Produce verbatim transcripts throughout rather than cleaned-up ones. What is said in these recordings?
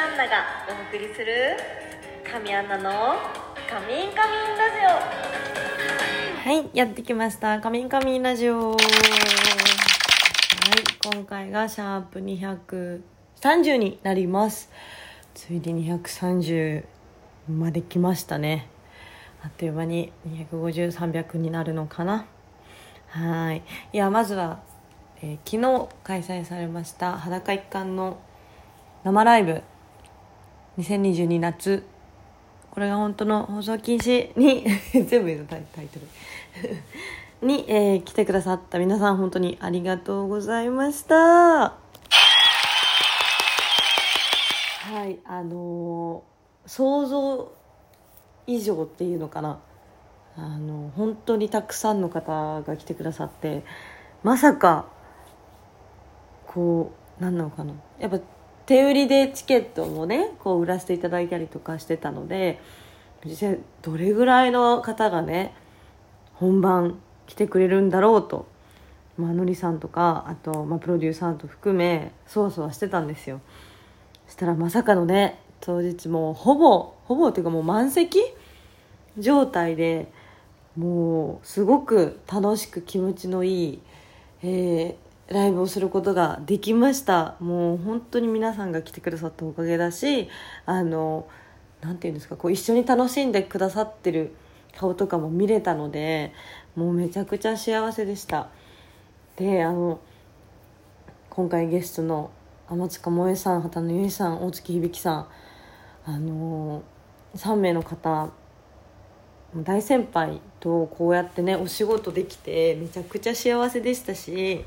アンナがお送りする神アンナのカミンカミンラジオ。はい、やってきましたカミンカミンラジオ。はい、今回がシャープにひゃくさんじゅうになります。ついでにひゃくさんじゅうまで来ましたね。あっという間ににひゃくごじゅう、さんびゃくになるのかな。はい、いやまずは、えー、昨日開催されました裸一貫の生ライブにせんにじゅうに夏、これが本当の放送禁止に全部言うタイタイトルに、えー、来てくださった皆さん本当にありがとうございました。はい、あのー、想像以上っていうのかな、あの本当にたくさんの方が来てくださって、まさかこう何なのかな、やっぱ手売りでチケットもねこう売らせていただいたりとかしてたので、実際どれぐらいの方がね本番来てくれるんだろうと、まあのりさんとかあと、まあ、プロデューサーと含めそわそわしてたんですよ。そしたらまさかのね、当日もうほぼほぼっていうかもう満席状態で、もうすごく楽しく気持ちのいい、えーライブをすることができました。もう本当に皆さんが来てくださったおかげだし、あのなんていうんですか、こう一緒に楽しんでくださってる顔とかも見れたので、もうめちゃくちゃ幸せでした。で、あの今回ゲストの天塚萌さん、畑野由衣さん、大月響さん、あのさん名の方、大先輩とこうやってねお仕事できてめちゃくちゃ幸せでしたし、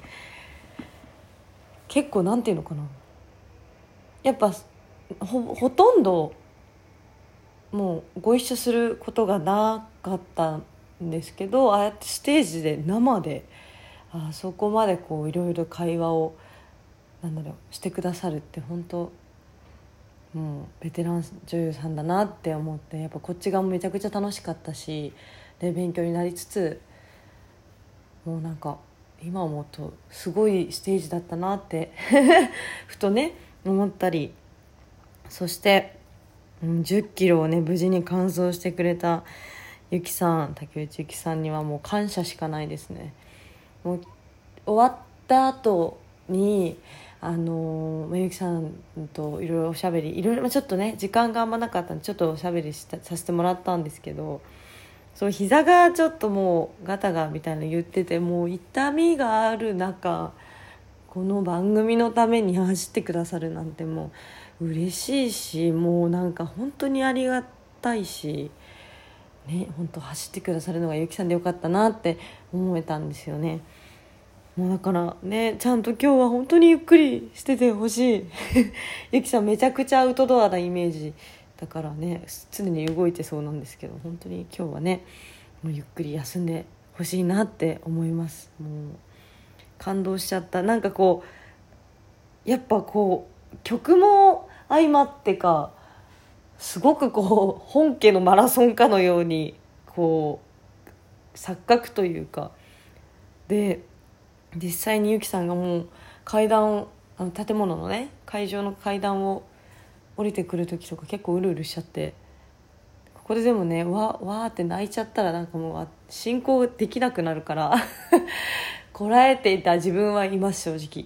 結構なんていうのかな、やっぱ ほ, ほとんどもうご一緒することがなかったんですけど、ああやってステージで生であそこまでこういろいろ会話をなんだろうしてくださるって本当もうベテラン女優さんだなって思って、やっぱこっち側もめちゃくちゃ楽しかったし、で勉強になりつつ、もうなんか今思うとすごいステージだったなってふとね思ったり、そしてじゅっキロをね無事に完走してくれたゆきさん、竹内ゆきさんにはもう感謝しかないですね。もう終わった後にあのー、ゆきさんといろいろおしゃべり、いろいろちょっとね時間があんまなかったんでちょっとおしゃべりしたさせてもらったんですけど、そう膝がちょっともうガタがみたいな言ってて、もう痛みがある中この番組のために走ってくださるなんてもう嬉しいし、もうなんか本当にありがたいしね、本当走ってくださるのがゆきさんでよかったなって思えたんですよね。もうだからね、ちゃんと今日は本当にゆっくりしててほしいゆきさんめちゃくちゃアウトドアなイメージだからね、常に動いてそうなんですけど、本当に今日はねもうゆっくり休んでほしいなって思います。もう感動しちゃった。なんかこうやっぱこう曲も相まってかすごくこう本家のマラソンかのようにこう錯覚というかで、実際にゆきさんがもう階段をあの建物のね会場の階段を降りてくる時とか結構うるうるしちゃって、ここででもねわわーって泣いちゃったらなんかもう進行できなくなるからこらえていた自分はいます正直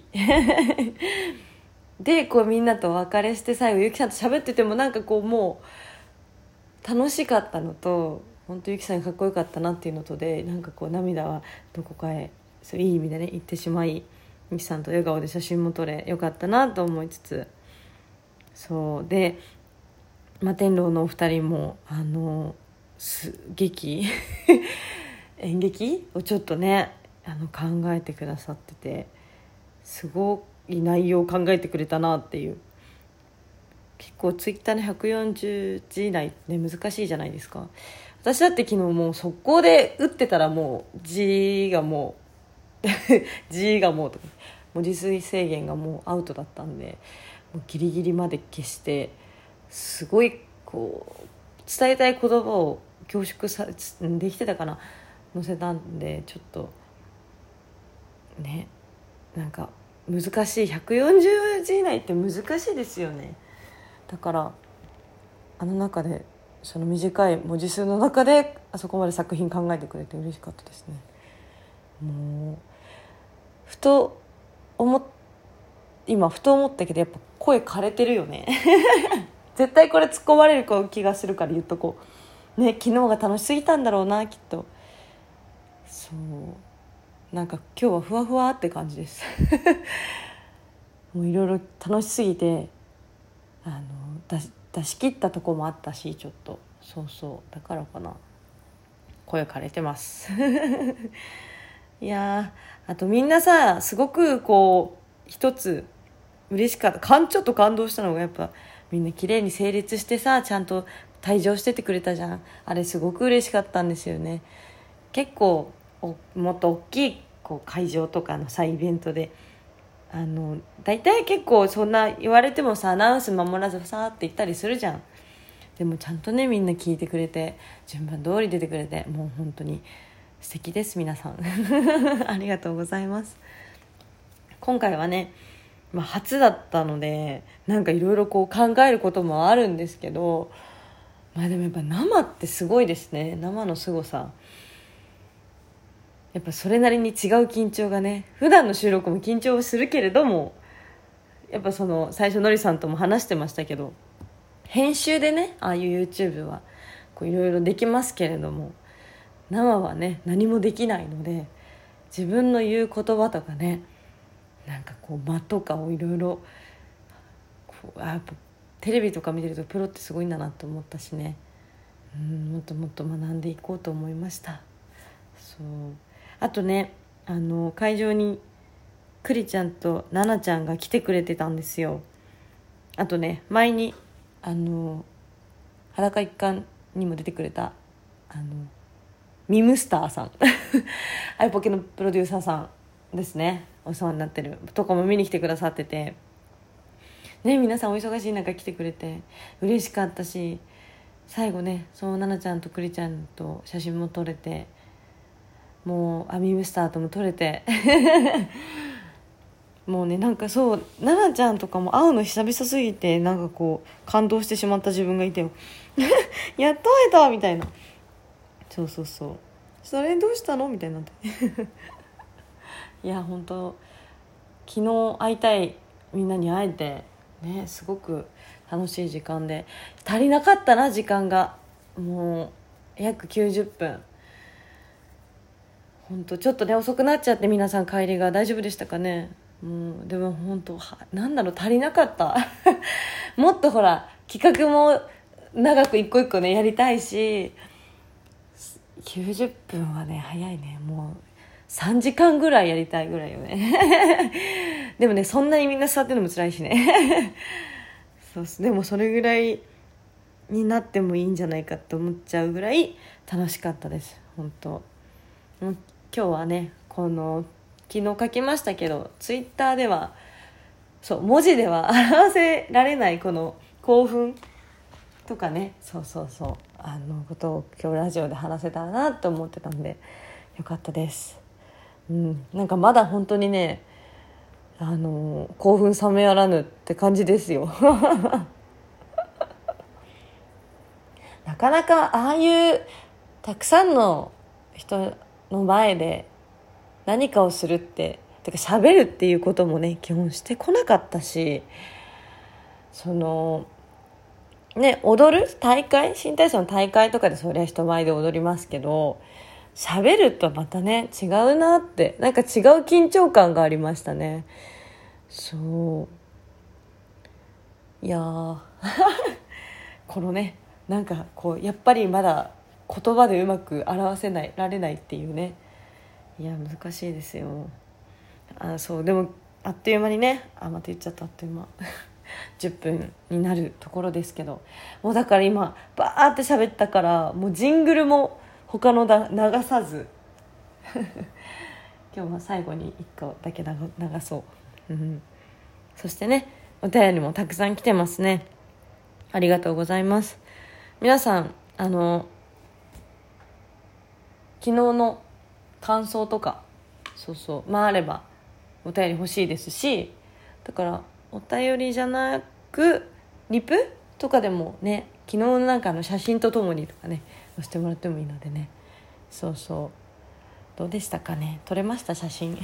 でこうみんなとお別れして最後ゆきさんと喋っててもなんかこうもう楽しかったのと、本当ゆきさんかっこよかったなっていうのとで、なんかこう涙はどこかへそういい意味でね行ってしまい、ゆきさんと笑顔で写真も撮れよかったなと思いつつ、そうで摩天楼のお二人もあのす劇演劇をちょっとねあの考えてくださってて、すごい内容を考えてくれたなっていう。結構ツイッターのひゃくよんじゅうじ以内って難しいじゃないですか。私だって昨日もう速攻で打ってたらもう字がもう字がもうとか文字数制限がもうアウトだったんで、もうギリギリまで消して、すごいこう伝えたい言葉を凝縮さできてたかな載せたんで、ちょっとねなんか難しい、ひゃくよんじゅうじ以内って難しいですよね。 だからあの中でその短い文字数の中であそこまで作品考えてくれて嬉しかったですね。もうふと思っ今ふと思ったけどやっぱ声枯れてるよね絶対これ突っ込まれる気がするから言っとこうね。昨日が楽しすぎたんだろうなきっと。そうなんか今日はふわふわって感じですもういろいろ楽しすぎてあの出し、出し切ったとこもあったし、ちょっとそうそうだからかな声枯れてますいやーあとみんなさすごくこう一つ嬉しかったかんちょっと感動したのがやっぱみんな綺麗に整列してさちゃんと退場しててくれたじゃん。あれすごく嬉しかったんですよね。結構おもっと大きいこう会場とかのさイベントであの大体結構そんな言われてもさアナウンス守らずさーって言ったりするじゃん。でもちゃんとねみんな聞いてくれて順番通り出てくれてもう本当に素敵です皆さんありがとうございます。今回はね、まあ、初だったのでなんかいろいろ考えることもあるんですけど、まあでもやっぱ生ってすごいですね。生のすごさやっぱそれなりに違う緊張がね、普段の収録も緊張するけれどもやっぱその最初のりさんとも話してましたけど編集でねああいう YouTube はいろいろできますけれども生はね何もできないので自分の言う言葉とかねなんかこう間とかをいろいろやっぱテレビとか見てるとプロってすごいんだなと思ったしね、うんもっともっと学んでいこうと思いました。そうあとねあの会場にクリちゃんとナナちゃんが来てくれてたんですよ。あとね前にあの裸一貫にも出てくれたあのミムスターさんアイポケのプロデューサーさんですね。お世話になってるとかも見に来てくださっててね、皆さんお忙しい中来てくれて嬉しかったし最後ねそう奈々ちゃんとクリちゃんと写真も撮れてもうアミムスターとも撮れてもうねなんかそう奈々ちゃんとかも会うの久々すぎてなんかこう感動してしまった自分がいてよやっと会えたみたいな。そうそうそうそれどうしたのみたいになっていや本当昨日会いたいみんなに会えてねすごく楽しい時間で足りなかったな時間がもう約きゅうじゅっぷん本当ちょっとね遅くなっちゃって皆さん帰りが大丈夫でしたかね。もうでも本当なんだろう足りなかったもっとほら企画も長く一個一個ねやりたいしきゅうじゅっぷんはね早いね。もうさんじかんぐらいやりたいぐらいよねでもねそんなにみんな座ってるのも辛いしねそうでもそれぐらいになってもいいんじゃないかと思っちゃうぐらい楽しかったです本当。今日はねこの昨日書きましたけどツイッターではそう文字では表せられないこの興奮とかねそうそうそうあのことを今日ラジオで話せたらなと思ってたんでよかったです。うん、なんかまだ本当にねあの興奮冷めやらぬって感じですよなかなかああいうたくさんの人の前で何かをするっててか喋るっていうこともね基本してこなかったしそのね踊る大会新体操の大会とかでそりゃ人前で踊りますけど喋るとまたね違うなってなんか違う緊張感がありましたね。そういやーこのねなんかこうやっぱりまだ言葉でうまく表せないられないっていうねいや難しいですよ。あそうでもあっという間にねあまた言っちゃったあっという間じゅっぷんになるところですけどもうだから今バーって喋ったからもうジングルも他のだ流さず今日は最後にいっこだけ流そう、うん、そしてねお便りもたくさん来てますね。ありがとうございます。皆さんあの昨日の感想とかそうそうまああればお便り欲しいですしだからお便りじゃなくリプとかでもね、昨日のなんかの写真とともにとかね押してもらってもいいのでね。そうそう、どうでしたかね、撮れました写真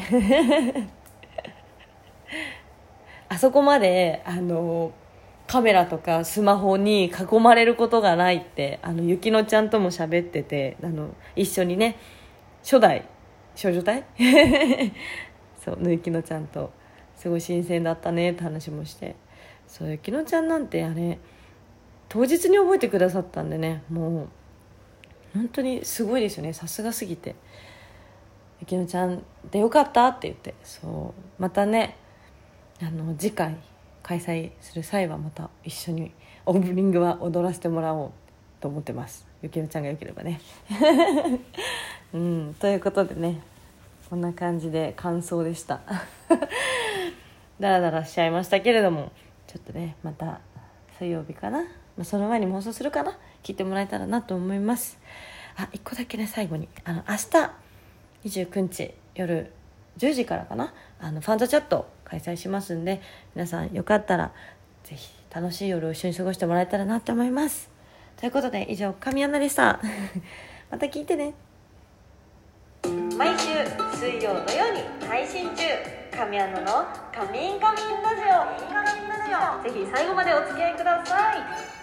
あそこまであのカメラとかスマホに囲まれることがないってあのゆきのちゃんとも喋ってて、あの一緒にね初代少女隊そうゆきのちゃんとすごい新鮮だったねって話もして、そうゆきのちゃんなんてあれ当日に覚えてくださったんでね、もう本当にすごいですよね、さすがすぎて。ゆきのちゃんでよかったって言って、そうまたねあの次回開催する際はまた一緒にオープニングは踊らせてもらおうと思ってます、ゆきのちゃんがよければねうんということでね、こんな感じで感想でしただらだらしちゃいましたけれども、ちょっとねまた水曜日かな、まあ、その前に放送するかな、聞いてもらえたらなと思います。あ、一個だけね最後に、あの明日にじゅうくにち夜じゅうじからかな、あのファンザチャット開催しますんで、皆さんよかったらぜひ楽しい夜を一緒に過ごしてもらえたらなと思います。ということで以上、神アナでしたまた聞いてね。毎週水曜土曜に配信中、神アナのカミンカミンラジオ。ぜひ最後までお付き合いください。